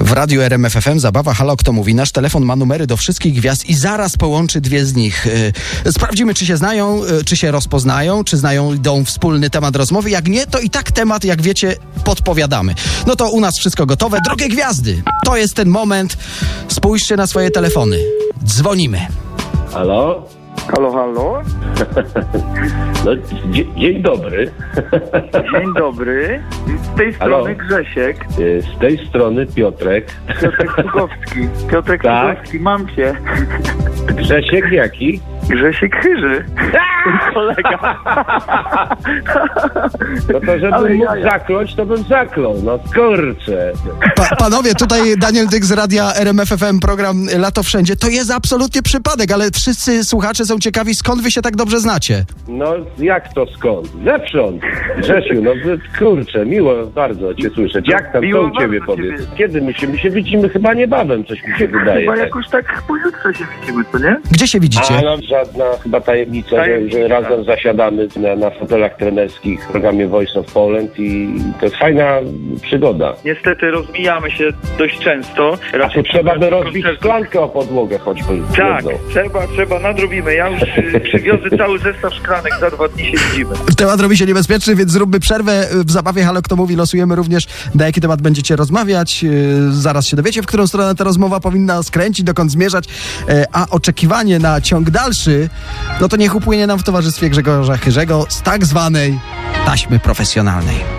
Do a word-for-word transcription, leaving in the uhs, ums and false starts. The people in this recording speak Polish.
W radiu R M F F M zabawa Halo, kto mówi? Nasz telefon ma numery do wszystkich gwiazd i zaraz połączy dwie z nich. Sprawdzimy, czy się znają, czy się rozpoznają, czy znają idą wspólny temat rozmowy. Jak nie, to i tak temat, jak wiecie, podpowiadamy. No to u nas wszystko gotowe. Drogie gwiazdy, to jest ten moment. Spójrzcie na swoje telefony. Dzwonimy. Halo? Halo, halo. No, dzie- dzień dobry. Dzień dobry. Z tej strony Halo? Grzesiek. Y, Z tej strony Piotrek. Piotrek Cugowski. Piotrek Tak? Cugowski, mam cię. Grzesiek jaki? Grzesiek Chyży. Kolega. No to żebym Ale mógł jaja. zakląć, to bym zaklął. No kurczę. Pa, panowie, tutaj Daniel Dyk z radia R M F F M, program Lato Wszędzie. To jest absolutnie przypadek, ale wszyscy słuchacze są ciekawi, skąd wy się tak dobrze znacie. No jak to skąd? Zewsząd. Grzesiu, no wy- kurczę, miło bardzo cię słyszeć. Jak tam, Miło co u ciebie bardzo powiedz? ciebie. Kiedy my się, my się widzimy? Chyba niebawem, coś mi się wydaje. Chyba tak. jakoś tak pojutrze się widzimy, co nie? Gdzie się widzicie? A no, żadna chyba tajemnica, Tajemnica. Że, że razem zasiadamy na, na fotelach trenerskich w programie Voice of Poland i to jest fajna przygoda. Niestety rozmijamy się dość często. A tu trzeba by rozbić szklankę o podłogę choćby. Tak, jedną. trzeba, trzeba, nadrobimy. Ja już y, przywiozę cały zestaw szklanek, za dwa dni się widzimy. Temat robi się niebezpieczny, więc zróbmy przerwę. W zabawie Halo, kto mówi? Losujemy również, na jaki temat będziecie rozmawiać. Yy, Zaraz się dowiecie, w którą stronę ta rozmowa powinna skręcić, dokąd zmierzać. Yy, A oczekiwanie na ciąg dalszy, no to niech upłynie nam w towarzystwie Grzegorza Chyżego z tak zwanej taśmy profesjonalnej.